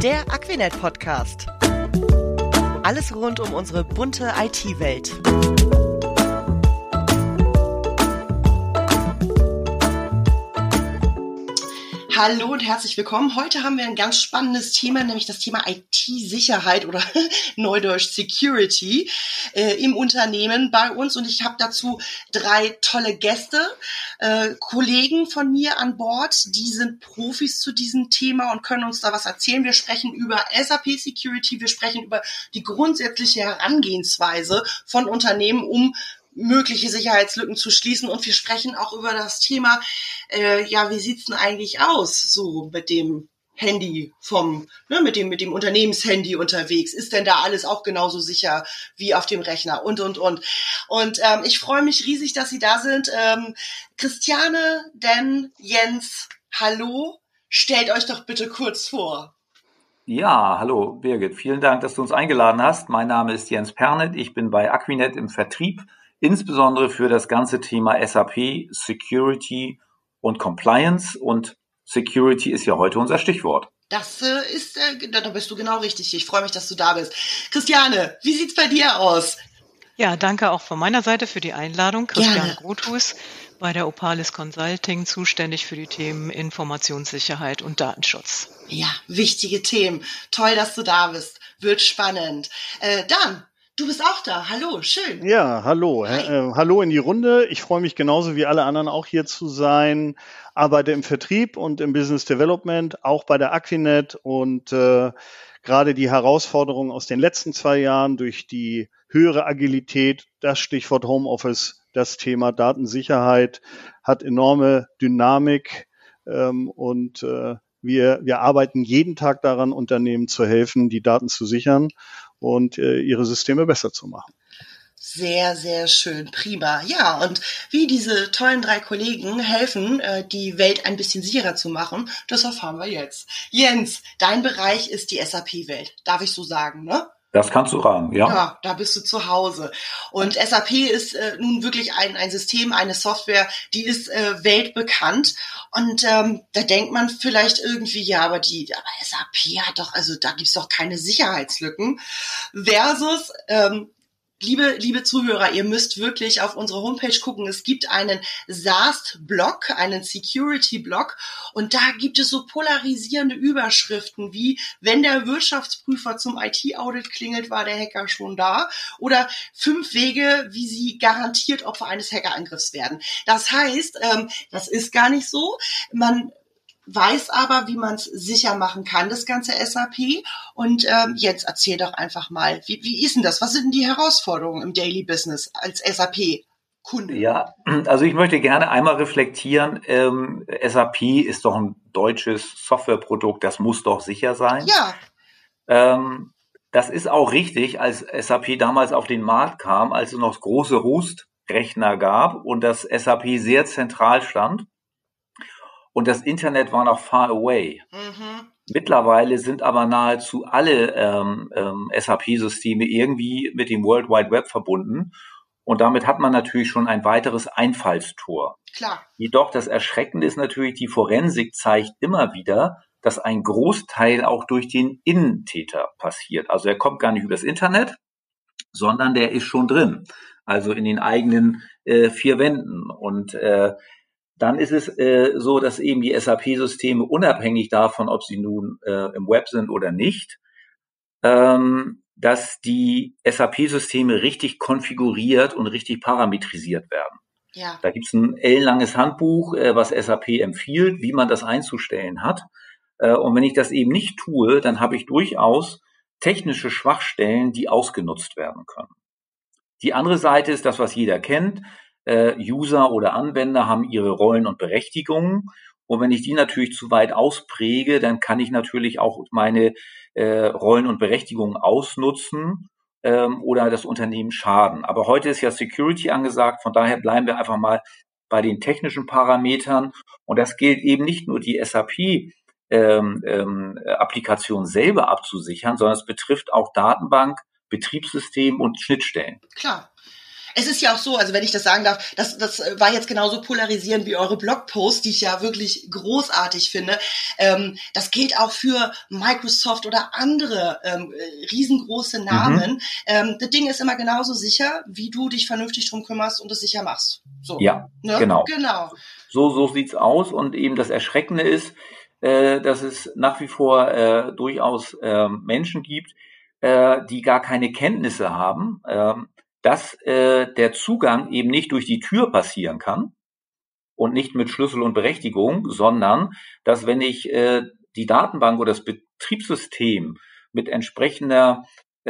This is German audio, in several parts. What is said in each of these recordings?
Der Aquinet Podcast. Alles rund um unsere bunte IT-Welt. Hallo und herzlich willkommen. Heute haben wir ein ganz spannendes Thema, nämlich das Thema IT-Sicherheit oder Neudeutsch Security im Unternehmen bei uns. Und ich habe dazu 3 tolle Gäste, Kollegen von mir an Bord. Die sind Profis zu diesem Thema und können uns da was erzählen. Wir sprechen über SAP Security, wir sprechen über die grundsätzliche Herangehensweise von Unternehmen, um mögliche Sicherheitslücken zu schließen, und wir sprechen auch über das Thema, wie sieht's denn eigentlich aus, so mit dem Handy mit dem Unternehmenshandy unterwegs? Ist denn da alles auch genauso sicher wie auf dem Rechner und. Und ich freue mich riesig, dass Sie da sind. Christiane, Dan, Jens, hallo. Stellt euch doch bitte kurz vor. Ja, hallo Birgit. Vielen Dank, dass du uns eingeladen hast. Mein Name ist Jens Pernet. Ich bin bei Aquinet im Vertrieb, insbesondere für das ganze Thema SAP, Security und Compliance. Und Security ist ja heute unser Stichwort. Da bist du genau richtig. Ich freue mich, dass du da bist. Christiane, wie sieht's bei dir aus? Ja, danke auch von meiner Seite für die Einladung. Christiane Gerne. Grothus bei der Opalis Consulting, zuständig für die Themen Informationssicherheit und Datenschutz. Ja, wichtige Themen. Toll, dass du da bist. Wird spannend. Dan, du bist auch da. Hallo, schön. Ja, hallo. Hallo in die Runde. Ich freue mich genauso wie alle anderen auch hier zu sein. Arbeite im Vertrieb und im Business Development, auch bei der Aquinet, und gerade die Herausforderungen aus den letzten 2 Jahren durch die höhere Agilität, das Stichwort Homeoffice, das Thema Datensicherheit hat enorme Dynamik, und wir arbeiten jeden Tag daran, Unternehmen zu helfen, die Daten zu sichern und ihre Systeme besser zu machen. Sehr, sehr schön. Prima. Ja, und wie diese tollen 3 Kollegen helfen, die Welt ein bisschen sicherer zu machen, das erfahren wir jetzt. Jens, dein Bereich ist die SAP-Welt. Darf ich so sagen, ne? Das kannst du sagen, ja. Ja, da bist du zu Hause. Und SAP ist nun wirklich ein System, eine Software, die ist weltbekannt. Und da denkt man vielleicht irgendwie, aber SAP hat doch, also da gibt's doch keine Sicherheitslücken. Versus Liebe Zuhörer, ihr müsst wirklich auf unsere Homepage gucken. Es gibt einen SAST-Blog, einen Security-Blog, und da gibt es so polarisierende Überschriften wie: Wenn der Wirtschaftsprüfer zum IT-Audit klingelt, war der Hacker schon da, oder 5 Wege, wie Sie garantiert Opfer eines Hackerangriffs werden. Das heißt, das ist gar nicht so. Man weiß aber, wie man es sicher machen kann, das ganze SAP. Und jetzt erzähl doch einfach mal, wie ist denn das? Was sind denn die Herausforderungen im Daily Business als SAP-Kunde? Ja, also ich möchte gerne einmal reflektieren. SAP ist doch ein deutsches Softwareprodukt, das muss doch sicher sein. Ja. Das ist auch richtig, als SAP damals auf den Markt kam, als es noch große Rust-Rechner gab und das SAP sehr zentral stand. Und das Internet war noch far away. Mhm. Mittlerweile sind aber nahezu alle SAP-Systeme irgendwie mit dem World Wide Web verbunden. Und damit hat man natürlich schon ein weiteres Einfallstor. Klar. Jedoch das Erschreckende ist natürlich, die Forensik zeigt immer wieder, dass ein Großteil auch durch den Innentäter passiert. Also er kommt gar nicht übers Internet, sondern der ist schon drin. Also in den eigenen 4 Wänden. Und dann ist es so, dass eben die SAP-Systeme unabhängig davon, ob sie nun im Web sind oder nicht, dass die SAP-Systeme richtig konfiguriert und richtig parametrisiert werden. Ja. Da gibt es ein ellenlanges Handbuch, was SAP empfiehlt, wie man das einzustellen hat. Und wenn ich das eben nicht tue, dann habe ich durchaus technische Schwachstellen, die ausgenutzt werden können. Die andere Seite ist das, was jeder kennt. User oder Anwender haben ihre Rollen und Berechtigungen. Und wenn ich die natürlich zu weit auspräge, dann kann ich natürlich auch meine Rollen und Berechtigungen ausnutzen oder das Unternehmen schaden. Aber heute ist ja Security angesagt, von daher bleiben wir einfach mal bei den technischen Parametern. Und das gilt eben nicht nur die SAP-Applikation selber abzusichern, sondern es betrifft auch Datenbank, Betriebssystem und Schnittstellen. Klar. Es ist ja auch so, also wenn ich das sagen darf, das war jetzt genauso polarisierend wie eure Blogposts, die ich ja wirklich großartig finde. Das gilt auch für Microsoft oder andere riesengroße Namen. Das Ding ist immer genauso sicher, wie du dich vernünftig drum kümmerst und es sicher machst. So. Ja, ne? Genau. So sieht's aus. Und eben das Erschreckende ist, dass es nach wie vor durchaus Menschen gibt, die gar keine Kenntnisse haben, dass der Zugang eben nicht durch die Tür passieren kann und nicht mit Schlüssel und Berechtigung, sondern dass wenn ich die Datenbank oder das Betriebssystem mit entsprechendem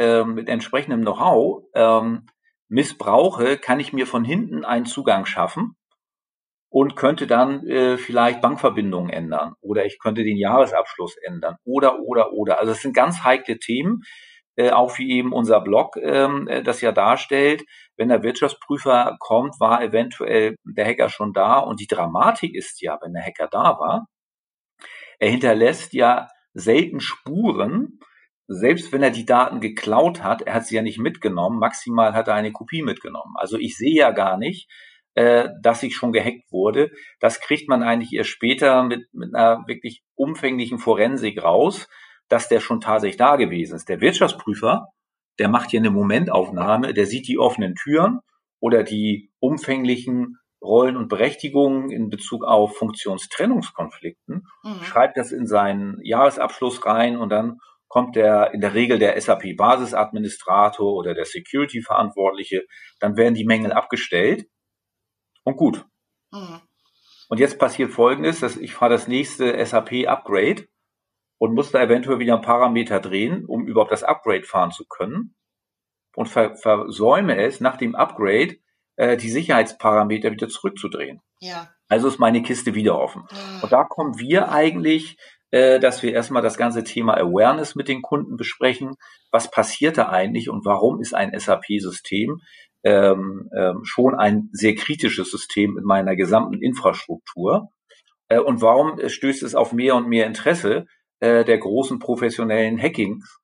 Know-how missbrauche, kann ich mir von hinten einen Zugang schaffen und könnte dann vielleicht Bankverbindungen ändern oder ich könnte den Jahresabschluss ändern oder. Also es sind ganz heikle Themen, auch wie eben unser Blog das ja darstellt. Wenn der Wirtschaftsprüfer kommt, war eventuell der Hacker schon da. Und die Dramatik ist ja, wenn der Hacker da war, er hinterlässt ja selten Spuren, selbst wenn er die Daten geklaut hat, er hat sie ja nicht mitgenommen, maximal hat er eine Kopie mitgenommen. Also ich sehe ja gar nicht, dass ich schon gehackt wurde. Das kriegt man eigentlich erst später mit einer wirklich umfänglichen Forensik raus, dass der schon tatsächlich da gewesen ist. Der Wirtschaftsprüfer, der macht hier eine Momentaufnahme, der sieht die offenen Türen oder die umfänglichen Rollen und Berechtigungen in Bezug auf Funktionstrennungskonflikten, schreibt das in seinen Jahresabschluss rein und dann kommt in der Regel der SAP-Basisadministrator oder der Security-Verantwortliche, dann werden die Mängel abgestellt und gut. Und jetzt passiert Folgendes, dass ich fahre das nächste SAP-Upgrade und muss da eventuell wieder einen Parameter drehen, um überhaupt das Upgrade fahren zu können und versäume es, nach dem Upgrade die Sicherheitsparameter wieder zurückzudrehen. Ja. Also ist meine Kiste wieder offen. Und da kommen wir eigentlich, dass wir erstmal das ganze Thema Awareness mit den Kunden besprechen. Was passiert da eigentlich und warum ist ein SAP-System schon ein sehr kritisches System in meiner gesamten Infrastruktur? Und warum stößt es auf mehr und mehr Interesse der großen professionellen Hackings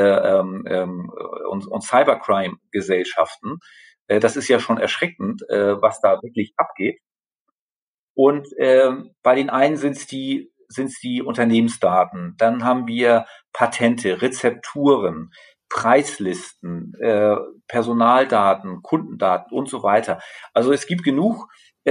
und Cybercrime-Gesellschaften? Das ist ja schon erschreckend, was da wirklich abgeht. Und bei den einen sind es die Unternehmensdaten. Dann haben wir Patente, Rezepturen, Preislisten, Personaldaten, Kundendaten und so weiter. Also es gibt genug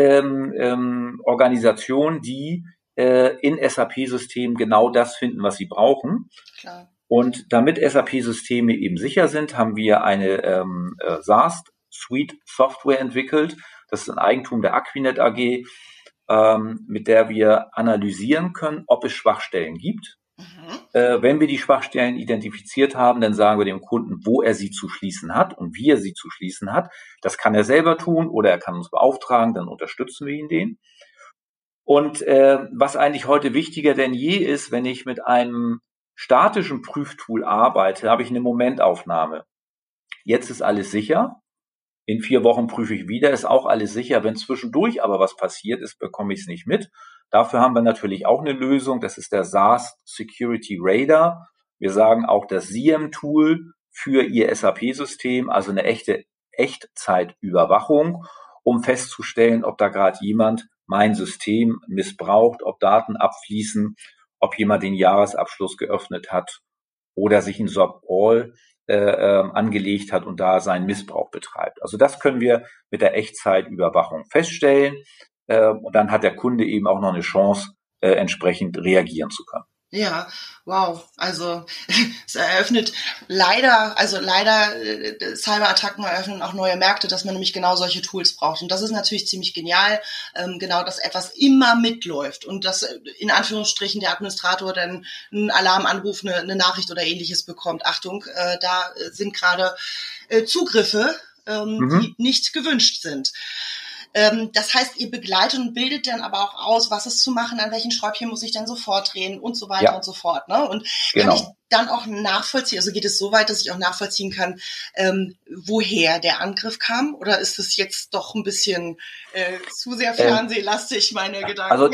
Organisationen, die in SAP-Systemen genau das finden, was sie brauchen. Klar. Und damit SAP-Systeme eben sicher sind, haben wir eine SaaS-Suite-Software entwickelt. Das ist ein Eigentum der Aquinet AG, mit der wir analysieren können, ob es Schwachstellen gibt. Wenn wir die Schwachstellen identifiziert haben, dann sagen wir dem Kunden, wo er sie zu schließen hat und wie er sie zu schließen hat. Das kann er selber tun oder er kann uns beauftragen, dann unterstützen wir ihn den. Und was eigentlich heute wichtiger denn je ist, wenn ich mit einem statischen Prüftool arbeite, habe ich eine Momentaufnahme. Jetzt ist alles sicher. In 4 Wochen prüfe ich wieder, ist auch alles sicher. Wenn zwischendurch aber was passiert ist, bekomme ich es nicht mit. Dafür haben wir natürlich auch eine Lösung. Das ist der SaaS Security Radar. Wir sagen auch das SIEM-Tool für Ihr SAP-System, also eine echte Echtzeitüberwachung, um festzustellen, ob da gerade jemand mein System missbraucht, ob Daten abfließen, ob jemand den Jahresabschluss geöffnet hat oder sich ein SOC-All angelegt hat und da seinen Missbrauch betreibt. Also das können wir mit der Echtzeitüberwachung feststellen und dann hat der Kunde eben auch noch eine Chance, entsprechend reagieren zu können. Ja, wow. Also es eröffnet leider Cyberattacken eröffnen auch neue Märkte, dass man nämlich genau solche Tools braucht. Und das ist natürlich ziemlich genial, genau, dass etwas immer mitläuft und dass in Anführungsstrichen der Administrator dann einen Alarmanruf, eine Nachricht oder ähnliches bekommt. Achtung, da sind gerade Zugriffe, die nicht gewünscht sind. Das heißt, ihr begleitet und bildet dann aber auch aus, was ist zu machen, an welchen Schräubchen muss ich dann sofort drehen und so weiter und so fort. Ne? Und kann ich dann auch nachvollziehen, also geht es so weit, dass ich auch nachvollziehen kann, woher der Angriff kam? Oder ist es jetzt doch ein bisschen zu sehr fernsehlastig, meine Gedanken? Also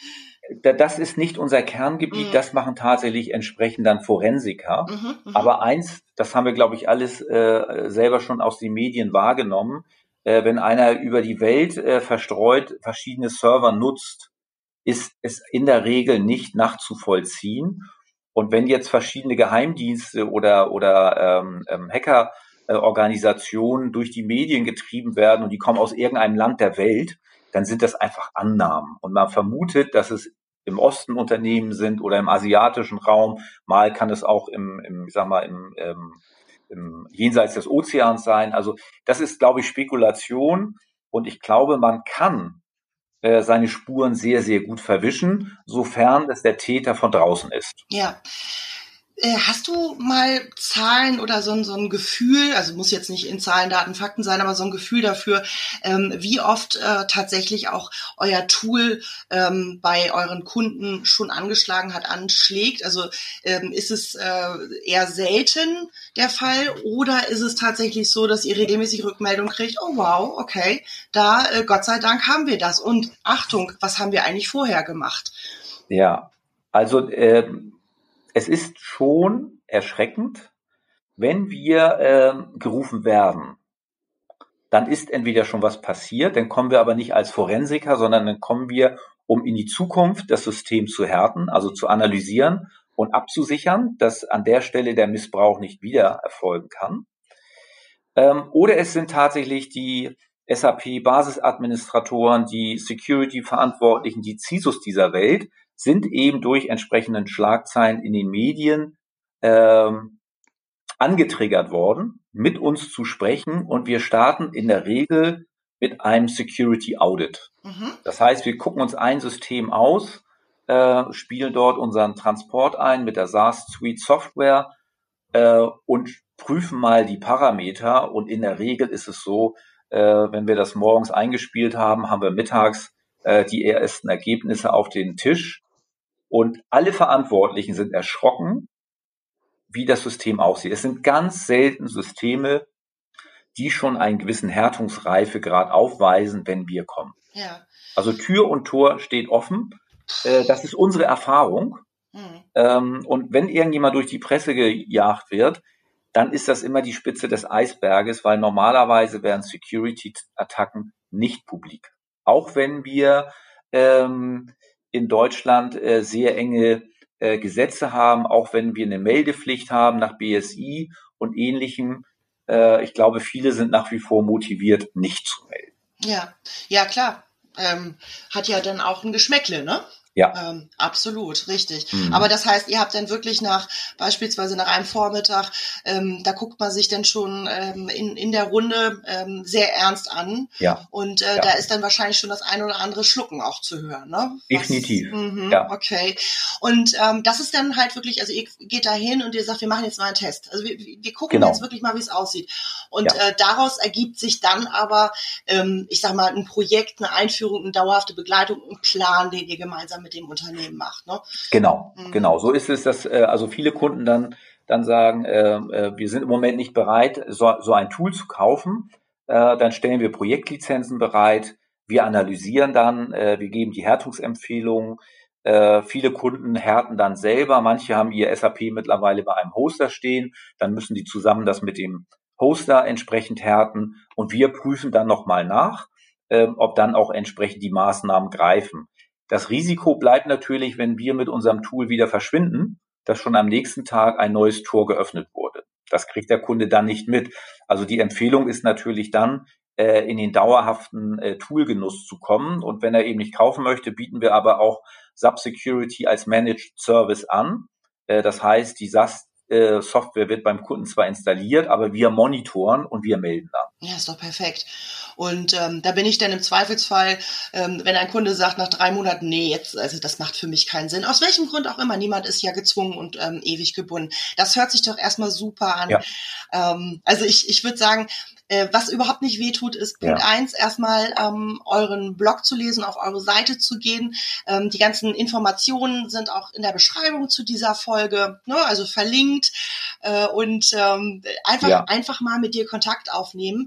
das ist nicht unser Kerngebiet, das machen tatsächlich entsprechend dann Forensiker. Aber eins, das haben wir, glaube ich, alles selber schon aus den Medien wahrgenommen, wenn einer über die Welt verstreut verschiedene Server nutzt, ist es in der Regel nicht nachzuvollziehen. Und wenn jetzt verschiedene Geheimdienste oder Hackerorganisationen durch die Medien getrieben werden und die kommen aus irgendeinem Land der Welt, dann sind das einfach Annahmen. Und man vermutet, dass es im Osten Unternehmen sind oder im asiatischen Raum. Mal kann es auch im jenseits des Ozeans sein. Also das ist, glaube ich, Spekulation. Und ich glaube, man kann seine Spuren sehr, sehr gut verwischen, sofern es der Täter von draußen ist. Ja. Hast du mal Zahlen oder so ein Gefühl, also muss jetzt nicht in Zahlen, Daten, Fakten sein, aber so ein Gefühl dafür, wie oft tatsächlich auch euer Tool bei euren Kunden schon angeschlagen hat, anschlägt? Also ist es eher selten der Fall oder ist es tatsächlich so, dass ihr regelmäßig Rückmeldung kriegt, oh wow, okay, da Gott sei Dank haben wir das und Achtung, was haben wir eigentlich vorher gemacht? Ja, also es ist schon erschreckend, wenn wir gerufen werden. Dann ist entweder schon was passiert, dann kommen wir aber nicht als Forensiker, sondern dann kommen wir, um in die Zukunft das System zu härten, also zu analysieren und abzusichern, dass an der Stelle der Missbrauch nicht wieder erfolgen kann. Oder es sind tatsächlich die SAP-Basisadministratoren, die Security-Verantwortlichen, die CISOs dieser Welt, sind eben durch entsprechenden Schlagzeilen in den Medien angetriggert worden, mit uns zu sprechen. Und wir starten in der Regel mit einem Security Audit. Das heißt, wir gucken uns ein System aus, spielen dort unseren Transport ein mit der SaaS Suite Software und prüfen mal die Parameter. Und in der Regel ist es so, wenn wir das morgens eingespielt haben, haben wir mittags die ersten Ergebnisse auf den Tisch. Und alle Verantwortlichen sind erschrocken, wie das System aussieht. Es sind ganz selten Systeme, die schon einen gewissen Härtungsreifegrad aufweisen, wenn wir kommen. Ja. Also Tür und Tor steht offen. Das ist unsere Erfahrung. Und wenn irgendjemand durch die Presse gejagt wird, dann ist das immer die Spitze des Eisberges, weil normalerweise wären Security-Attacken nicht publik. Auch wenn wir in Deutschland sehr enge Gesetze haben, auch wenn wir eine Meldepflicht haben nach BSI und Ähnlichem. Ich glaube, viele sind nach wie vor motiviert, nicht zu melden. Ja, klar. Hat ja dann auch ein Geschmäckle, ne? Ja. Absolut, richtig. Aber das heißt, ihr habt dann wirklich beispielsweise nach einem Vormittag, da guckt man sich dann schon in der Runde sehr ernst an. Ja. Und da ist dann wahrscheinlich schon das ein oder andere Schlucken auch zu hören, ne? Definitiv. Ja. Okay. Und das ist dann halt wirklich, also ihr geht da hin und ihr sagt, wir machen jetzt mal einen Test. Also wir gucken jetzt wirklich mal, wie es aussieht. Und daraus ergibt sich dann aber, ich sag mal, ein Projekt, eine Einführung, eine dauerhafte Begleitung, ein Plan, den ihr gemeinsam mit dem Unternehmen macht, ne? Genau. So ist es, dass also viele Kunden dann sagen, wir sind im Moment nicht bereit, so ein Tool zu kaufen. Dann stellen wir Projektlizenzen bereit, wir analysieren dann, wir geben die Härtungsempfehlungen. Viele Kunden härten dann selber. Manche haben ihr SAP mittlerweile bei einem Hoster stehen. Dann müssen die zusammen das mit dem Hoster entsprechend härten. Und wir prüfen dann nochmal nach, ob dann auch entsprechend die Maßnahmen greifen. Das Risiko bleibt natürlich, wenn wir mit unserem Tool wieder verschwinden, dass schon am nächsten Tag ein neues Tor geöffnet wurde. Das kriegt der Kunde dann nicht mit. Also die Empfehlung ist natürlich dann, in den dauerhaften Toolgenuss zu kommen. Und wenn er eben nicht kaufen möchte, bieten wir aber auch SAP Security als Managed Service an. Das heißt, die SaaS-Software wird beim Kunden zwar installiert, aber wir monitoren und wir melden dann. Ja, ist doch perfekt. Und da bin ich dann im Zweifelsfall, wenn ein Kunde sagt nach 3 Monaten, nee, also das macht für mich keinen Sinn. Aus welchem Grund auch immer, niemand ist ja gezwungen und ewig gebunden. Das hört sich doch erstmal super an. Ja. Also ich würde sagen, was überhaupt nicht wehtut, ist Punkt 1, erstmal euren Blog zu lesen, auf eure Seite zu gehen. Die ganzen Informationen sind auch in der Beschreibung zu dieser Folge, ne, also verlinkt. Und einfach mal mit dir Kontakt aufnehmen.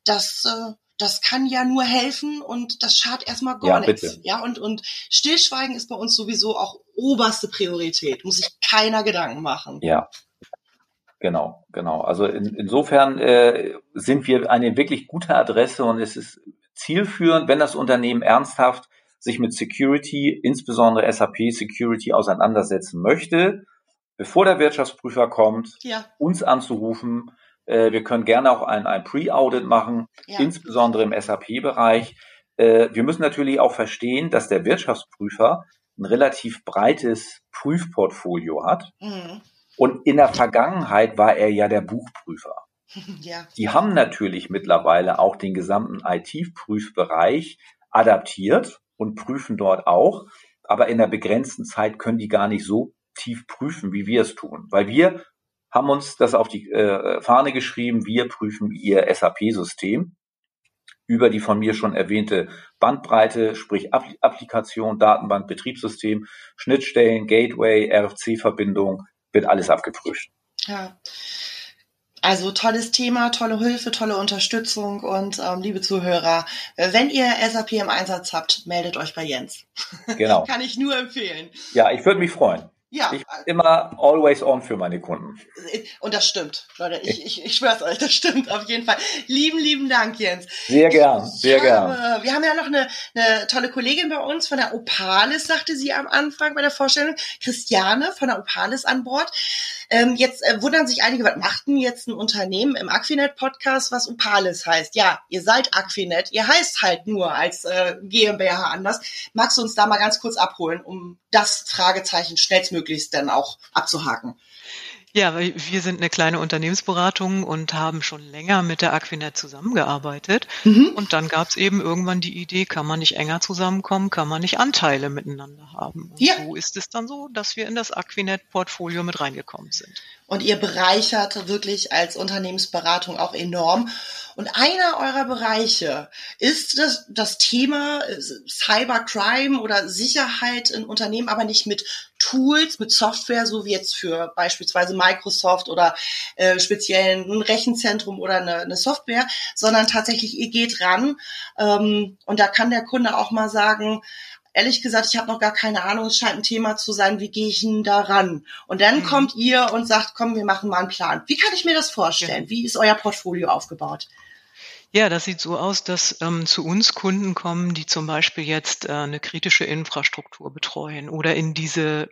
Das kann ja nur helfen und das schadet erstmal gar nichts. Bitte. Ja, und Stillschweigen ist bei uns sowieso auch oberste Priorität. Muss sich keiner Gedanken machen. Ja. Genau. Also insofern sind wir eine wirklich gute Adresse und es ist zielführend, wenn das Unternehmen ernsthaft sich mit Security, insbesondere SAP Security, auseinandersetzen möchte, bevor der Wirtschaftsprüfer kommt, uns anzurufen. Wir können gerne auch ein Pre-Audit machen, insbesondere im SAP-Bereich. Wir müssen natürlich auch verstehen, dass der Wirtschaftsprüfer ein relativ breites Prüfportfolio hat. Mhm. Und in der Vergangenheit war er ja der Buchprüfer. Ja. Die haben natürlich mittlerweile auch den gesamten IT-Prüfbereich adaptiert und prüfen dort auch. Aber in der begrenzten Zeit können die gar nicht so tief prüfen, wie wir es tun. Weil wir haben uns das auf die Fahne geschrieben, wir prüfen ihr SAP-System über die von mir schon erwähnte Bandbreite, sprich Applikation, Datenbank, Betriebssystem, Schnittstellen, Gateway, RFC-Verbindung, wird alles abgeprüft. Ja, also tolles Thema, tolle Hilfe, tolle Unterstützung und liebe Zuhörer, wenn ihr SAP im Einsatz habt, meldet euch bei Jens. Genau. Kann ich nur empfehlen. Ja, ich würde mich freuen. Ja. Ich bin immer always on für meine Kunden. Und das stimmt, Leute. Ich schwör's euch, das stimmt auf jeden Fall. Lieben Dank, Jens. Sehr gern. Wir haben ja noch eine tolle Kollegin bei uns von der Opalis, sagte sie am Anfang bei der Vorstellung. Christiane von der Opalis an Bord. Jetzt wundern sich einige, was macht denn jetzt ein Unternehmen im Aquinet-Podcast, was Opalis heißt? Ja, ihr seid Aquinet, ihr heißt halt nur als GmbH anders. Magst du uns da mal ganz kurz abholen, um das Fragezeichen schnellstmöglichst dann auch abzuhaken? Ja, wir sind eine kleine Unternehmensberatung und haben schon länger mit der Aquinet zusammengearbeitet. Mhm. Und dann gab es eben irgendwann die Idee, kann man nicht enger zusammenkommen, kann man nicht Anteile miteinander haben. Und so ist es dann so, dass wir in das Aquinet-Portfolio mit reingekommen sind. Und ihr bereichert wirklich als Unternehmensberatung auch enorm. Und einer eurer Bereiche ist das Thema Cybercrime oder Sicherheit in Unternehmen, aber nicht mit Tools, mit Software, so wie jetzt für beispielsweise Microsoft oder speziell ein Rechenzentrum oder eine Software, sondern tatsächlich ihr geht ran und da kann der Kunde auch mal sagen, ehrlich gesagt, ich habe noch gar keine Ahnung, es scheint ein Thema zu sein, wie gehe ich denn da ran? Und dann kommt ihr und sagt, komm, wir machen mal einen Plan. Wie kann ich mir das vorstellen? Wie ist euer Portfolio aufgebaut? Ja, das sieht so aus, dass zu uns Kunden kommen, die zum Beispiel jetzt eine kritische Infrastruktur betreuen oder in diese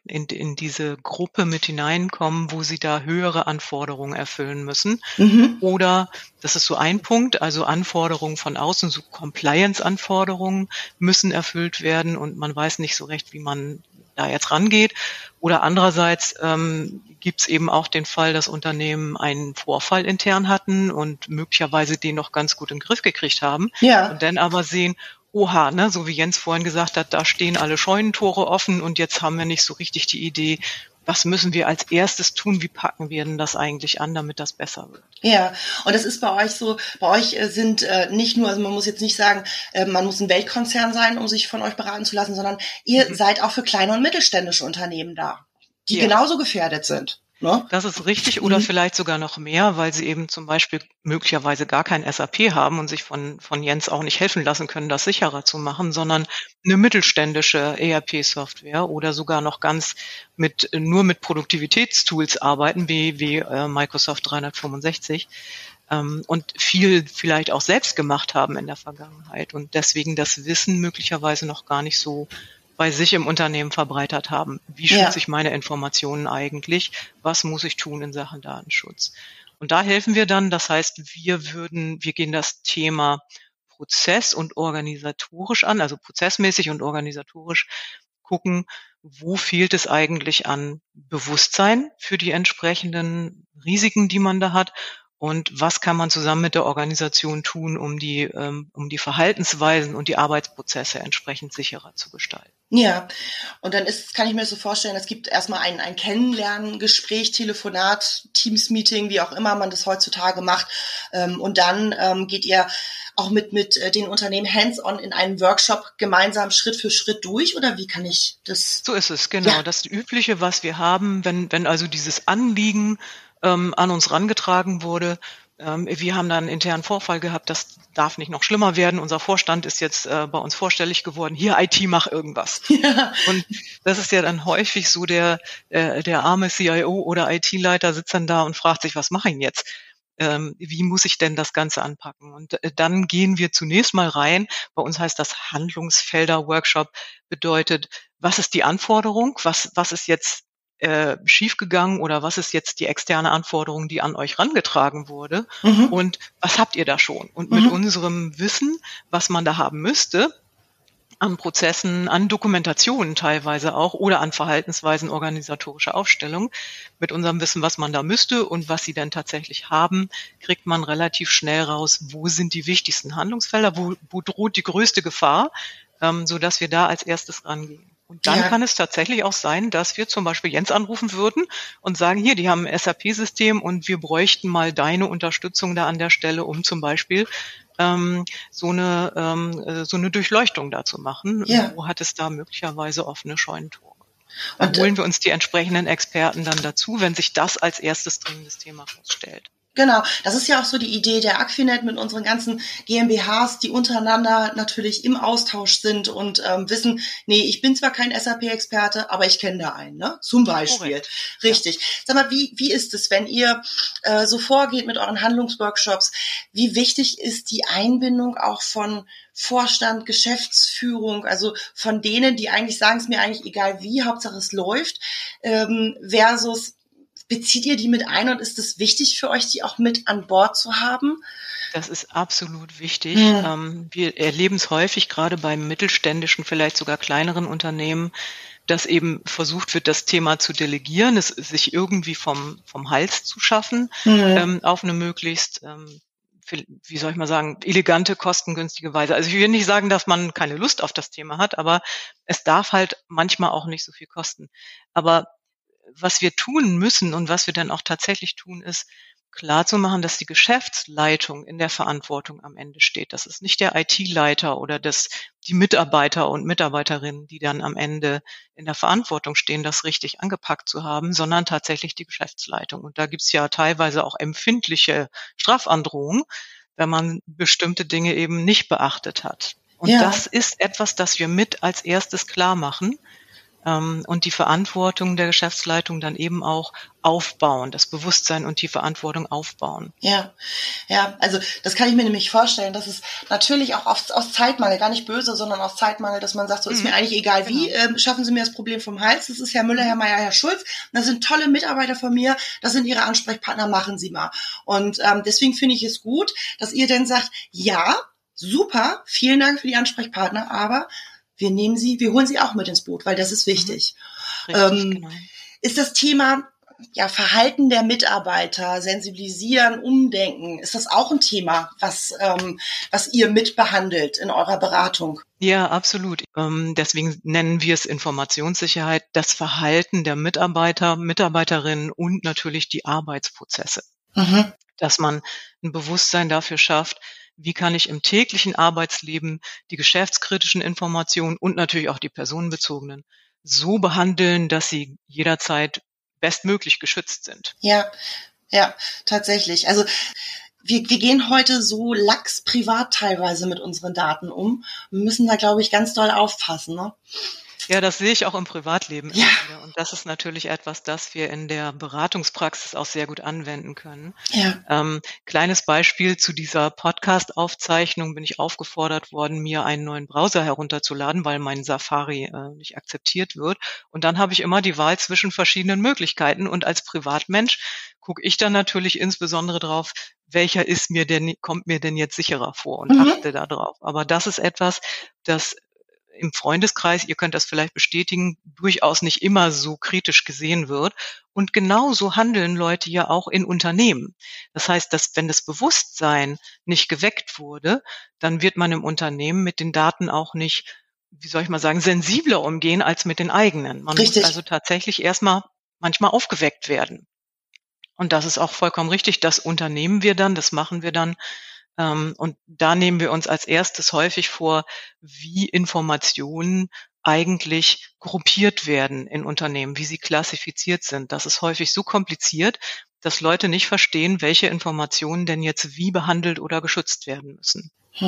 Gruppe mit hineinkommen, wo sie da höhere Anforderungen erfüllen müssen. Mhm. Oder, das ist so ein Punkt, also Anforderungen von außen, so Compliance-Anforderungen müssen erfüllt werden und man weiß nicht so recht, wie man da jetzt rangeht. Oder andererseits gibt es eben auch den Fall, dass Unternehmen einen Vorfall intern hatten und möglicherweise den noch ganz gut in den Griff gekriegt haben. Ja. Und dann aber sehen, oha, ne, so wie Jens vorhin gesagt hat, da stehen alle Scheunentore offen und jetzt haben wir nicht so richtig die Idee, was müssen wir als erstes tun, wie packen wir denn das eigentlich an, damit das besser wird? Ja, und das ist bei euch so, bei euch sind nicht nur, also man muss jetzt nicht sagen, man muss ein Weltkonzern sein, um sich von euch beraten zu lassen, sondern ihr seid auch für kleine und mittelständische Unternehmen da, die genauso gefährdet sind. Ne? Das ist richtig oder vielleicht sogar noch mehr, weil sie eben zum Beispiel möglicherweise gar kein SAP haben und sich von Jens auch nicht helfen lassen können, das sicherer zu machen, sondern eine mittelständische ERP-Software oder sogar noch ganz nur mit Produktivitätstools arbeiten, wie Microsoft 365 und viel vielleicht auch selbst gemacht haben in der Vergangenheit und deswegen das Wissen möglicherweise noch gar nicht so bei sich im Unternehmen verbreitert haben. Wie schütze ich meine Informationen eigentlich? Was muss ich tun in Sachen Datenschutz? Und da helfen wir dann. Das heißt, wir gehen das Thema Prozess und organisatorisch an, also prozessmäßig und organisatorisch gucken, wo fehlt es eigentlich an Bewusstsein für die entsprechenden Risiken, die man da hat. Und was kann man zusammen mit der Organisation tun, um die Verhaltensweisen und die Arbeitsprozesse entsprechend sicherer zu gestalten? Ja, und dann kann ich mir das so vorstellen, es gibt erstmal ein Kennenlernen, Gespräch, Telefonat, Teams-Meeting, wie auch immer man das heutzutage macht. Und dann geht ihr auch mit den Unternehmen hands-on in einen Workshop gemeinsam Schritt für Schritt durch, oder wie kann ich das? So ist es, genau. Ja. Das Übliche, was wir haben, wenn also dieses Anliegen an uns rangetragen wurde, wir haben da einen internen Vorfall gehabt, das darf nicht noch schlimmer werden. Unser Vorstand ist jetzt bei uns vorstellig geworden, hier IT, mach irgendwas. Ja. Und das ist ja dann häufig so, der arme CIO oder IT-Leiter sitzt dann da und fragt sich, was mache ich denn jetzt? Wie muss ich denn das Ganze anpacken? Und dann gehen wir zunächst mal rein. Bei uns heißt das Handlungsfelder-Workshop, bedeutet, was ist die Anforderung? Was ist jetzt schiefgegangen oder was ist jetzt die externe Anforderung, die an euch rangetragen wurde? Und was habt ihr da schon? Und mit unserem Wissen, was man da haben müsste, an Prozessen, an Dokumentationen teilweise auch oder an Verhaltensweisen organisatorischer Aufstellung. Mit unserem Wissen, was man da müsste und was sie denn tatsächlich haben, kriegt man relativ schnell raus, wo sind die wichtigsten Handlungsfelder, wo droht die größte Gefahr, sodass wir da als erstes rangehen. Und dann kann es tatsächlich auch sein, dass wir zum Beispiel Jens anrufen würden und sagen, hier, die haben ein SAP-System und wir bräuchten mal deine Unterstützung da an der Stelle, um zum Beispiel so eine Durchleuchtung da zu machen. Ja. Wo hat es da möglicherweise offene Scheunentore? Dann holen wir uns die entsprechenden Experten dann dazu, wenn sich das als erstes dringendes Thema herausstellt. Genau, das ist ja auch so die Idee der Aquinet mit unseren ganzen GmbHs, die untereinander natürlich im Austausch sind und wissen, nee, ich bin zwar kein SAP-Experte, aber ich kenne da einen, ne? Zum Beispiel. Korrekt. Richtig. Ja. Sag mal, wie ist es, wenn ihr so vorgeht mit euren Handlungsworkshops? Wie wichtig ist die Einbindung auch von Vorstand, Geschäftsführung, also von denen, die eigentlich sagen, es mir eigentlich egal wie, Hauptsache es läuft, versus bezieht ihr die mit ein und ist es wichtig für euch, die auch mit an Bord zu haben? Das ist absolut wichtig. Wir erleben es häufig, gerade bei mittelständischen, vielleicht sogar kleineren Unternehmen, dass eben versucht wird, das Thema zu delegieren, es sich irgendwie vom Hals zu schaffen, auf eine möglichst, wie soll ich mal sagen, elegante, kostengünstige Weise. Also ich will nicht sagen, dass man keine Lust auf das Thema hat, aber es darf halt manchmal auch nicht so viel kosten. Aber was wir tun müssen und was wir dann auch tatsächlich tun, ist klarzumachen, dass die Geschäftsleitung in der Verantwortung am Ende steht. Das ist nicht der IT-Leiter oder die Mitarbeiter und Mitarbeiterinnen, die dann am Ende in der Verantwortung stehen, das richtig angepackt zu haben, sondern tatsächlich die Geschäftsleitung. Und da gibt's ja teilweise auch empfindliche Strafandrohungen, wenn man bestimmte Dinge eben nicht beachtet hat. Und das ist etwas, das wir mit als erstes klar machen. Und die Verantwortung der Geschäftsleitung dann eben auch aufbauen, das Bewusstsein und die Verantwortung aufbauen. Ja, also das kann ich mir nämlich vorstellen, dass es natürlich auch aus Zeitmangel, gar nicht böse, sondern aus Zeitmangel, dass man sagt, so ist mir eigentlich egal wie, schaffen Sie mir das Problem vom Hals, das ist Herr Müller, Herr Meier, Herr Schulz, das sind tolle Mitarbeiter von mir, das sind Ihre Ansprechpartner, machen Sie mal. Und deswegen finde ich es gut, dass ihr dann sagt, ja, super, vielen Dank für die Ansprechpartner, aber wir holen sie auch mit ins Boot, weil das ist wichtig. Richtig, genau. Ist das Thema Verhalten der Mitarbeiter, sensibilisieren, umdenken, ist das auch ein Thema, was ihr mitbehandelt in eurer Beratung? Ja, absolut. Deswegen nennen wir es Informationssicherheit, das Verhalten der Mitarbeiter, Mitarbeiterinnen und natürlich die Arbeitsprozesse. Dass man ein Bewusstsein dafür schafft, wie kann ich im täglichen Arbeitsleben die geschäftskritischen Informationen und natürlich auch die personenbezogenen so behandeln, dass sie jederzeit bestmöglich geschützt sind. Ja, tatsächlich. Also wir gehen heute so lax privat teilweise mit unseren Daten um. Wir müssen da, glaube ich, ganz doll aufpassen, ne? Ja, das sehe ich auch im Privatleben immer wieder. Und das ist natürlich etwas, das wir in der Beratungspraxis auch sehr gut anwenden können. Ja. Kleines Beispiel zu dieser Podcast-Aufzeichnung bin ich aufgefordert worden, mir einen neuen Browser herunterzuladen, weil mein Safari nicht akzeptiert wird. Und dann habe ich immer die Wahl zwischen verschiedenen Möglichkeiten. Und als Privatmensch gucke ich dann natürlich insbesondere drauf, welcher kommt mir denn jetzt sicherer vor und achte da drauf. Aber das ist etwas, das im Freundeskreis, ihr könnt das vielleicht bestätigen, durchaus nicht immer so kritisch gesehen wird. Und genauso handeln Leute ja auch in Unternehmen. Das heißt, dass wenn das Bewusstsein nicht geweckt wurde, dann wird man im Unternehmen mit den Daten auch nicht, wie soll ich mal sagen, sensibler umgehen als mit den eigenen. Man muss also tatsächlich erstmal manchmal aufgeweckt werden. Und das ist auch vollkommen richtig. Das unternehmen wir dann, das machen wir dann. Und da nehmen wir uns als erstes häufig vor, wie Informationen eigentlich gruppiert werden in Unternehmen, wie sie klassifiziert sind. Das ist häufig so kompliziert, dass Leute nicht verstehen, welche Informationen denn jetzt wie behandelt oder geschützt werden müssen.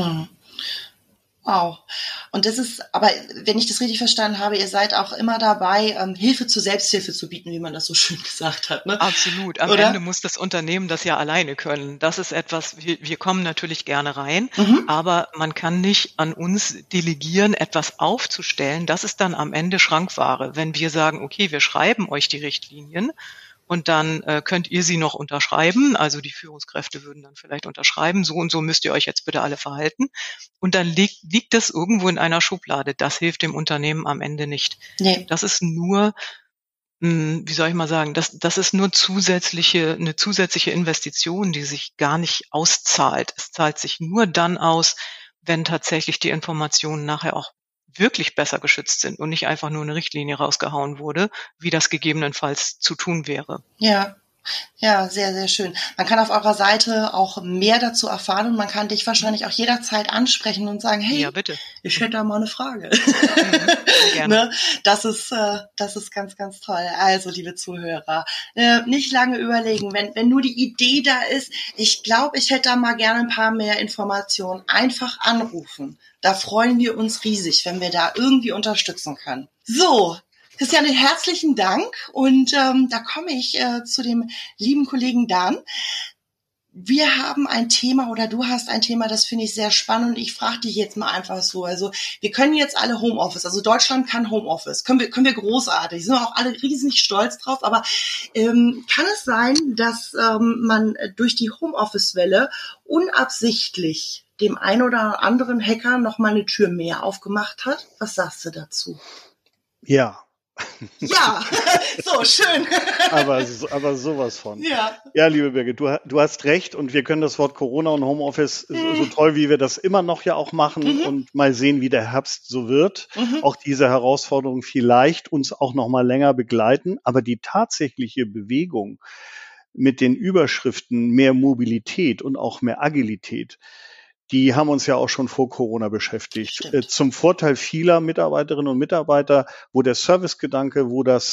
Wow. Und das ist, aber wenn ich das richtig verstanden habe, ihr seid auch immer dabei, Hilfe zur Selbsthilfe zu bieten, wie man das so schön gesagt hat, ne? Absolut. Am Ende muss das Unternehmen das ja alleine können. Das ist etwas, wir kommen natürlich gerne rein, aber man kann nicht an uns delegieren, etwas aufzustellen. Das ist dann am Ende Schrankware. Wenn wir sagen, okay, wir schreiben euch die Richtlinien, und dann könnt ihr sie noch unterschreiben, also die Führungskräfte würden dann vielleicht unterschreiben, so und so müsst ihr euch jetzt bitte alle verhalten. Und dann liegt das irgendwo in einer Schublade. Das hilft dem Unternehmen am Ende nicht. Nee. Das ist nur, wie soll ich mal sagen, das ist nur eine zusätzliche Investition, die sich gar nicht auszahlt. Es zahlt sich nur dann aus, wenn tatsächlich die Informationen nachher auch wirklich besser geschützt sind und nicht einfach nur eine Richtlinie rausgehauen wurde, wie das gegebenenfalls zu tun wäre. Ja. Ja, sehr, sehr schön. Man kann auf eurer Seite auch mehr dazu erfahren und man kann dich wahrscheinlich auch jederzeit ansprechen und sagen, hey, ja, bitte. Ich hätte da mal eine Frage. Gerne. Ne? Das ist ganz, ganz toll. Also, liebe Zuhörer, nicht lange überlegen, wenn nur die Idee da ist, ich glaube, ich hätte da mal gerne ein paar mehr Informationen. Einfach anrufen. Da freuen wir uns riesig, wenn wir da irgendwie unterstützen können. So, Christiane, herzlichen Dank und da komme ich zu dem lieben Kollegen Dan. Wir haben ein Thema oder du hast ein Thema, das finde ich sehr spannend und ich frage dich jetzt mal einfach so. Also wir können jetzt alle Homeoffice, also Deutschland kann Homeoffice, können wir großartig, sind wir auch alle riesig stolz drauf, aber kann es sein, dass man durch die Homeoffice-Welle unabsichtlich dem einen oder anderen Hacker noch mal eine Tür mehr aufgemacht hat? Was sagst du dazu? Ja. Ja, so schön. aber sowas von. Ja. Ja, liebe Birgit, du hast recht und wir können das Wort Corona und Homeoffice so toll, wie wir das immer noch ja auch machen und mal sehen, wie der Herbst so wird. Auch diese Herausforderung vielleicht uns auch noch mal länger begleiten, aber die tatsächliche Bewegung mit den Überschriften mehr Mobilität und auch mehr Agilität, die haben uns ja auch schon vor Corona beschäftigt. Zum Vorteil vieler Mitarbeiterinnen und Mitarbeiter, wo der Servicegedanke,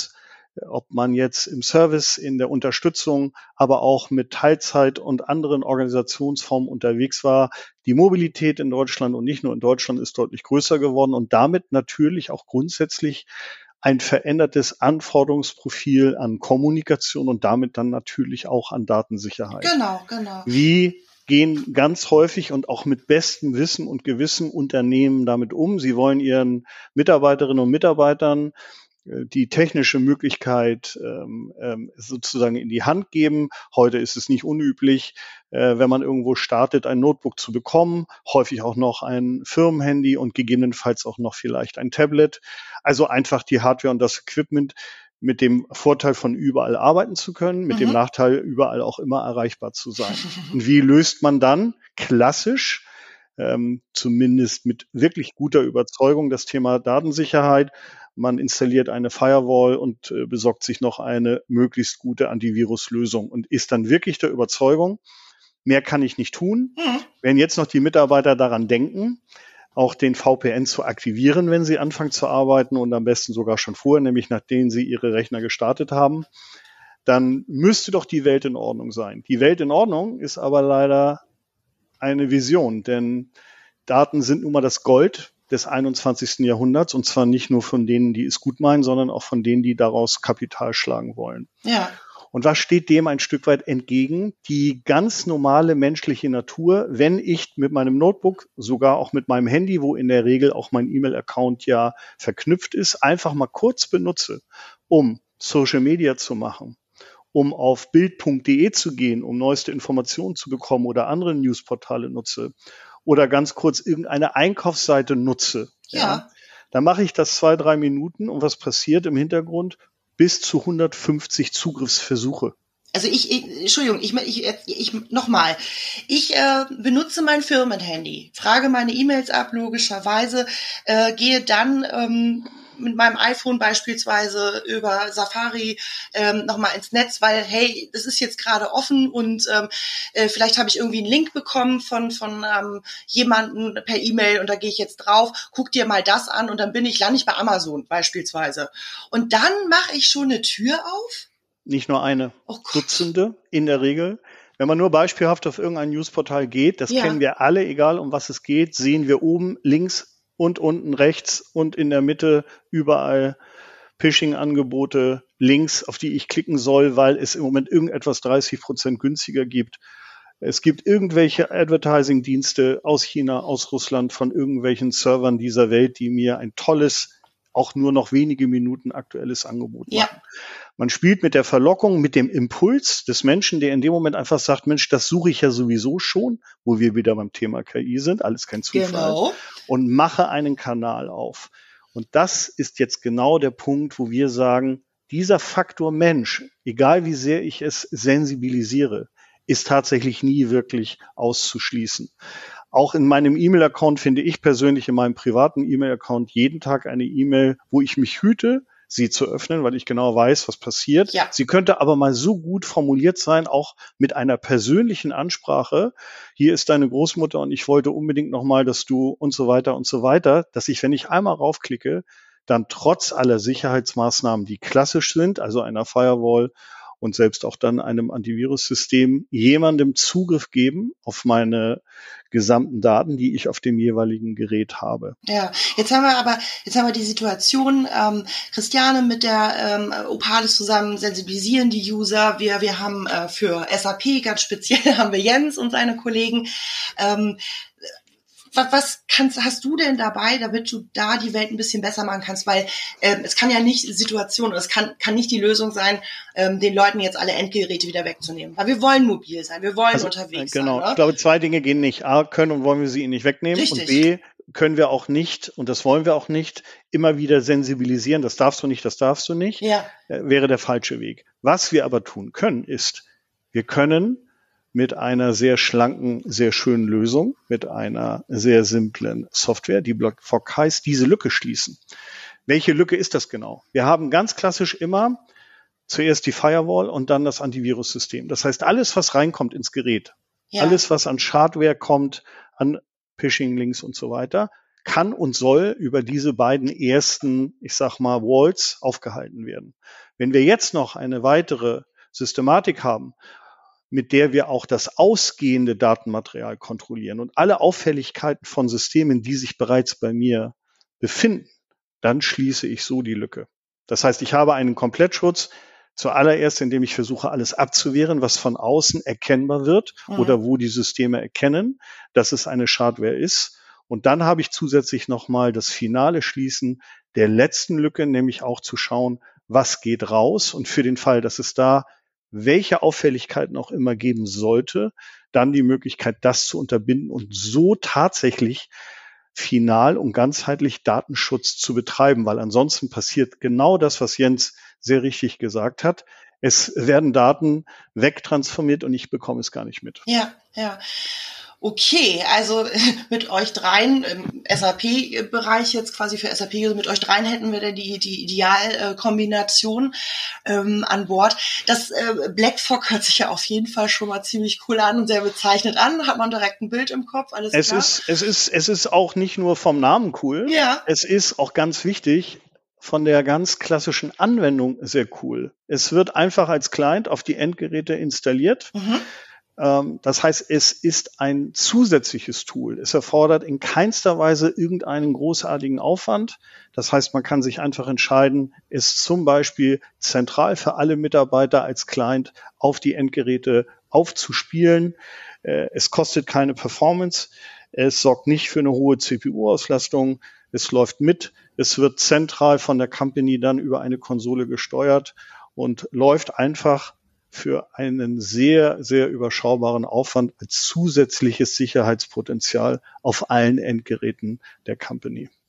ob man jetzt im Service, in der Unterstützung, aber auch mit Teilzeit und anderen Organisationsformen unterwegs war. Die Mobilität in Deutschland und nicht nur in Deutschland ist deutlich größer geworden und damit natürlich auch grundsätzlich ein verändertes Anforderungsprofil an Kommunikation und damit dann natürlich auch an Datensicherheit. Genau. Wie gehen ganz häufig und auch mit bestem Wissen und Gewissen Unternehmen damit um? Sie wollen ihren Mitarbeiterinnen und Mitarbeitern die technische Möglichkeit sozusagen in die Hand geben. Heute ist es nicht unüblich, wenn man irgendwo startet, ein Notebook zu bekommen, häufig auch noch ein Firmenhandy und gegebenenfalls auch noch vielleicht ein Tablet. Also einfach die Hardware und das Equipment mit dem Vorteil von überall arbeiten zu können, mit dem Nachteil, überall auch immer erreichbar zu sein. Und wie löst man dann klassisch, zumindest mit wirklich guter Überzeugung, das Thema Datensicherheit? Man installiert eine Firewall und besorgt sich noch eine möglichst gute Antiviruslösung und ist dann wirklich der Überzeugung, mehr kann ich nicht tun. Wenn jetzt noch die Mitarbeiter daran denken, auch den VPN zu aktivieren, wenn sie anfangen zu arbeiten und am besten sogar schon vorher, nämlich nachdem sie ihre Rechner gestartet haben, dann müsste doch die Welt in Ordnung sein. Die Welt in Ordnung ist aber leider eine Vision, denn Daten sind nun mal das Gold des 21. Jahrhunderts und zwar nicht nur von denen, die es gut meinen, sondern auch von denen, die daraus Kapital schlagen wollen. Ja. Und was steht dem ein Stück weit entgegen? Die ganz normale menschliche Natur, wenn ich mit meinem Notebook, sogar auch mit meinem Handy, wo in der Regel auch mein E-Mail-Account ja verknüpft ist, einfach mal kurz benutze, um Social Media zu machen, um auf bild.de zu gehen, um neueste Informationen zu bekommen oder andere Newsportale nutze oder ganz kurz irgendeine Einkaufsseite nutze. Ja. Dann mache ich das 2-3 Minuten und was passiert im Hintergrund? Bis zu 150 Zugriffsversuche. Also Entschuldigung, ich nochmal. Ich benutze mein Firmenhandy, frage meine E-Mails ab, logischerweise, gehe dann mit meinem iPhone beispielsweise über Safari nochmal ins Netz, weil, hey, das ist jetzt gerade offen und vielleicht habe ich irgendwie einen Link bekommen von jemanden per E-Mail und da gehe ich jetzt drauf, guck dir mal das an und dann lande ich bei Amazon beispielsweise. Und dann mache ich schon eine Tür auf. Nicht nur eine, Dutzende in der Regel. Wenn man nur beispielhaft auf irgendein Newsportal geht, das kennen wir alle, egal um was es geht, sehen wir oben, links und unten rechts und in der Mitte überall Phishing-Angebote, Links, auf die ich klicken soll, weil es im Moment irgendetwas 30% günstiger gibt. Es gibt irgendwelche Advertising-Dienste aus China, aus Russland, von irgendwelchen Servern dieser Welt, die mir ein tolles, auch nur noch wenige Minuten aktuelles Angebot machen. Man spielt mit der Verlockung, mit dem Impuls des Menschen, der in dem Moment einfach sagt, Mensch, das suche ich ja sowieso schon, wo wir wieder beim Thema KI sind, alles kein Zufall, und mache einen Kanal auf. Und das ist jetzt genau der Punkt, wo wir sagen, dieser Faktor Mensch, egal wie sehr ich es sensibilisiere, ist tatsächlich nie wirklich auszuschließen. Auch in meinem E-Mail-Account finde ich persönlich in meinem privaten E-Mail-Account jeden Tag eine E-Mail, wo ich mich hüte, sie zu öffnen, weil ich genau weiß, was passiert. Ja. Sie könnte aber mal so gut formuliert sein, auch mit einer persönlichen Ansprache. Hier ist deine Großmutter und ich wollte unbedingt nochmal, dass du und so weiter, dass ich, wenn ich einmal raufklicke, dann trotz aller Sicherheitsmaßnahmen, die klassisch sind, also einer Firewall und selbst auch dann einem Antivirus-System, jemandem Zugriff geben auf meine gesamten Daten, die ich auf dem jeweiligen Gerät habe. Ja, jetzt haben wir die Situation, Christiane mit der Opalis zusammen sensibilisieren die User. Wir haben für SAP ganz speziell haben wir Jens und seine Kollegen. Was hast du denn dabei, damit du da die Welt ein bisschen besser machen kannst? Weil es kann ja nicht Situation, es kann nicht die Lösung sein, den Leuten jetzt alle Endgeräte wieder wegzunehmen. Weil wir wollen mobil sein, wir wollen unterwegs sein. Genau, ich glaube, zwei Dinge gehen nicht. A, können und wollen wir sie ihnen nicht wegnehmen. Richtig. Und B, können wir auch nicht, und das wollen wir auch nicht, immer wieder sensibilisieren. Das darfst du nicht, das darfst du nicht. Ja. Wäre der falsche Weg. Was wir aber tun können, ist, wir können mit einer sehr schlanken, sehr schönen Lösung, mit einer sehr simplen Software, die BlockFog heißt, diese Lücke schließen. Welche Lücke ist das genau? Wir haben ganz klassisch immer zuerst die Firewall und dann das Antivirus-System. Das heißt, alles, was reinkommt ins Gerät, alles, was an Schadware kommt, an Phishing-Links und so weiter, kann und soll über diese beiden ersten, ich sag mal, Walls aufgehalten werden. Wenn wir jetzt noch eine weitere Systematik haben, mit der wir auch das ausgehende Datenmaterial kontrollieren und alle Auffälligkeiten von Systemen, die sich bereits bei mir befinden, dann schließe ich so die Lücke. Das heißt, ich habe einen Komplettschutz, zuallererst, indem ich versuche, alles abzuwehren, was von außen erkennbar wird oder wo die Systeme erkennen, dass es eine Schadware ist. Und dann habe ich zusätzlich nochmal das finale Schließen der letzten Lücke, nämlich auch zu schauen, was geht raus. Und für den Fall, dass es da welche Auffälligkeiten auch immer geben sollte, dann die Möglichkeit, das zu unterbinden und so tatsächlich final und ganzheitlich Datenschutz zu betreiben, weil ansonsten passiert genau das, was Jens sehr richtig gesagt hat. Es werden Daten wegtransformiert und ich bekomme es gar nicht mit. Ja. Okay, also mit euch dreien im SAP-Bereich jetzt quasi für SAP, mit euch dreien hätten wir dann die Idealkombination an Bord. Das BlackFog hört sich ja auf jeden Fall schon mal ziemlich cool an und sehr bezeichnet an. Hat man direkt ein Bild im Kopf, alles klar? Es ist auch nicht nur vom Namen cool. Ja. Es ist auch ganz wichtig, von der ganz klassischen Anwendung sehr cool. Es wird einfach als Client auf die Endgeräte installiert. Das heißt, es ist ein zusätzliches Tool. Es erfordert in keinster Weise irgendeinen großartigen Aufwand. Das heißt, man kann sich einfach entscheiden, es zum Beispiel zentral für alle Mitarbeiter als Client auf die Endgeräte aufzuspielen. Es kostet keine Performance. Es sorgt nicht für eine hohe CPU-Auslastung. Es läuft mit. Es wird zentral von der Company dann über eine Konsole gesteuert und läuft einfach für einen sehr, sehr überschaubaren Aufwand als zusätzliches Sicherheitspotenzial auf allen Endgeräten der Company.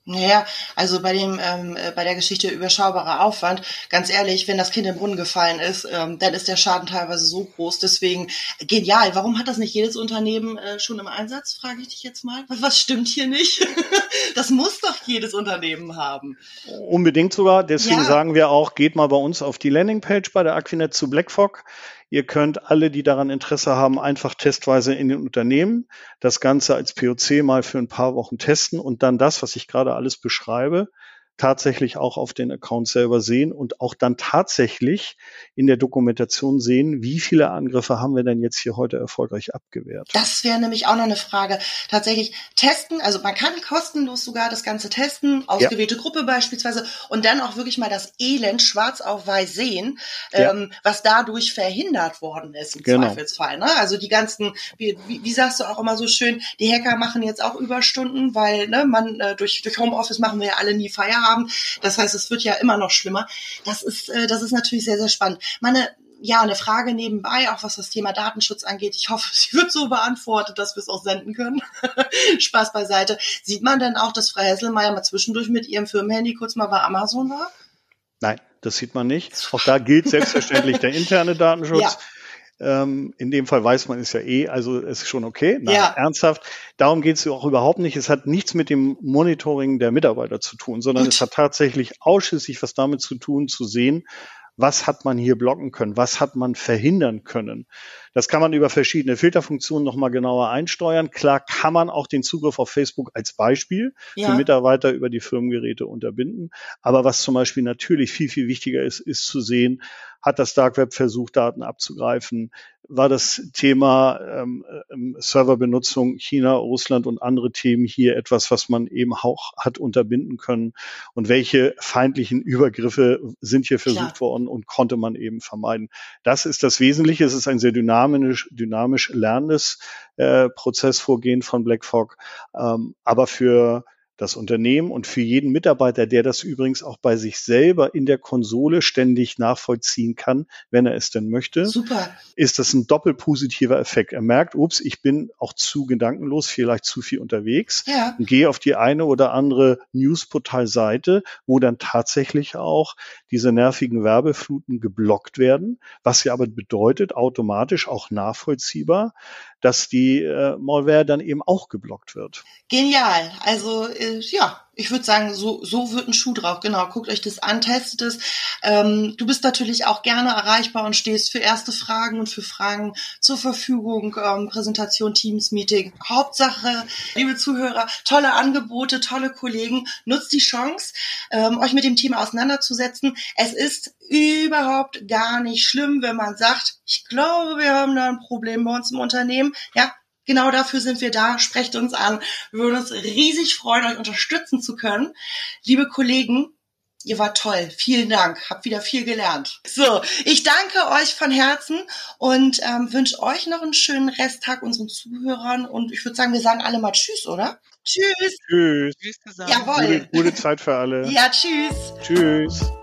Naja, also bei der Geschichte überschaubarer Aufwand, ganz ehrlich, wenn das Kind im Brunnen gefallen ist, dann ist der Schaden teilweise so groß. Deswegen genial. Warum hat das nicht jedes Unternehmen schon im Einsatz, frage ich dich jetzt mal. Was stimmt hier nicht? Das muss doch jedes Unternehmen haben. Unbedingt sogar. Deswegen sagen wir auch, geht mal bei uns auf die Landingpage bei der Aquinet zu BlackFog. Ihr könnt alle, die daran Interesse haben, einfach testweise in den Unternehmen das Ganze als POC mal für ein paar Wochen testen und dann das, was ich gerade alles beschreibe, tatsächlich auch auf den Account selber sehen und auch dann tatsächlich in der Dokumentation sehen, wie viele Angriffe haben wir denn jetzt hier heute erfolgreich abgewehrt. Das wäre nämlich auch noch eine Frage. Tatsächlich testen, also man kann kostenlos sogar das Ganze testen, ausgewählte Gruppe beispielsweise, und dann auch wirklich mal das Elend schwarz auf weiß sehen, was dadurch verhindert worden ist im Zweifelsfall. Ne? Also die ganzen, wie sagst du auch immer so schön, die Hacker machen jetzt auch Überstunden, weil man durch Homeoffice machen wir ja alle nie Feierabend. Das heißt, es wird ja immer noch schlimmer. Das ist natürlich sehr, sehr spannend. Eine Frage nebenbei, auch was das Thema Datenschutz angeht. Ich hoffe, sie wird so beantwortet, dass wir es auch senden können. Spaß beiseite. Sieht man denn auch, dass Frau Hesselmeier mal zwischendurch mit ihrem Firmenhandy kurz mal bei Amazon war? Nein, das sieht man nicht. Auch da gilt selbstverständlich der interne Datenschutz. Ja. In dem Fall weiß man es ja also es ist schon okay. Nein, ernsthaft. Darum geht es auch überhaupt nicht. Es hat nichts mit dem Monitoring der Mitarbeiter zu tun, sondern es hat tatsächlich ausschließlich was damit zu tun, zu sehen, was hat man hier blocken können, was hat man verhindern können. Das kann man über verschiedene Filterfunktionen nochmal genauer einsteuern. Klar kann man auch den Zugriff auf Facebook als Beispiel für Mitarbeiter über die Firmengeräte unterbinden. Aber was zum Beispiel natürlich viel, viel wichtiger ist, ist zu sehen, hat das Dark Web versucht, Daten abzugreifen? War das Thema Serverbenutzung China, Russland und andere Themen hier etwas, was man eben auch hat unterbinden können? Und welche feindlichen Übergriffe sind hier versucht worden und konnte man eben vermeiden? Das ist das Wesentliche. Es ist ein sehr dynamisch lernendes Prozessvorgehen von BlackFog, aber für das Unternehmen und für jeden Mitarbeiter, der das übrigens auch bei sich selber in der Konsole ständig nachvollziehen kann, wenn er es denn möchte, ist das ein doppelt positiver Effekt. Er merkt, ich bin auch zu gedankenlos, vielleicht zu viel unterwegs und gehe auf die eine oder andere Newsportal-Seite, wo dann tatsächlich auch diese nervigen Werbefluten geblockt werden, was ja aber bedeutet, automatisch auch nachvollziehbar, dass die Malware dann eben auch geblockt wird. Genial. Also ich würde sagen, so wird ein Schuh drauf. Genau, guckt euch das an, testet es. Du bist natürlich auch gerne erreichbar und stehst für erste Fragen und für Fragen zur Verfügung. Präsentation, Teams, Meeting. Hauptsache, liebe Zuhörer, tolle Angebote, tolle Kollegen. Nutzt die Chance, euch mit dem Thema auseinanderzusetzen. Es ist überhaupt gar nicht schlimm, wenn man sagt, ich glaube, wir haben da ein Problem bei uns im Unternehmen. Ja, genau dafür sind wir da. Sprecht uns an. Wir würden uns riesig freuen, euch unterstützen zu können. Liebe Kollegen, ihr wart toll. Vielen Dank. Habt wieder viel gelernt. So, ich danke euch von Herzen und wünsche euch noch einen schönen Resttag, unseren Zuhörern. Und ich würde sagen, wir sagen alle mal Tschüss, oder? Tschüss. Tschüss. Tschüss zusammen. Jawohl. Gute Zeit für alle. Ja, tschüss. Tschüss.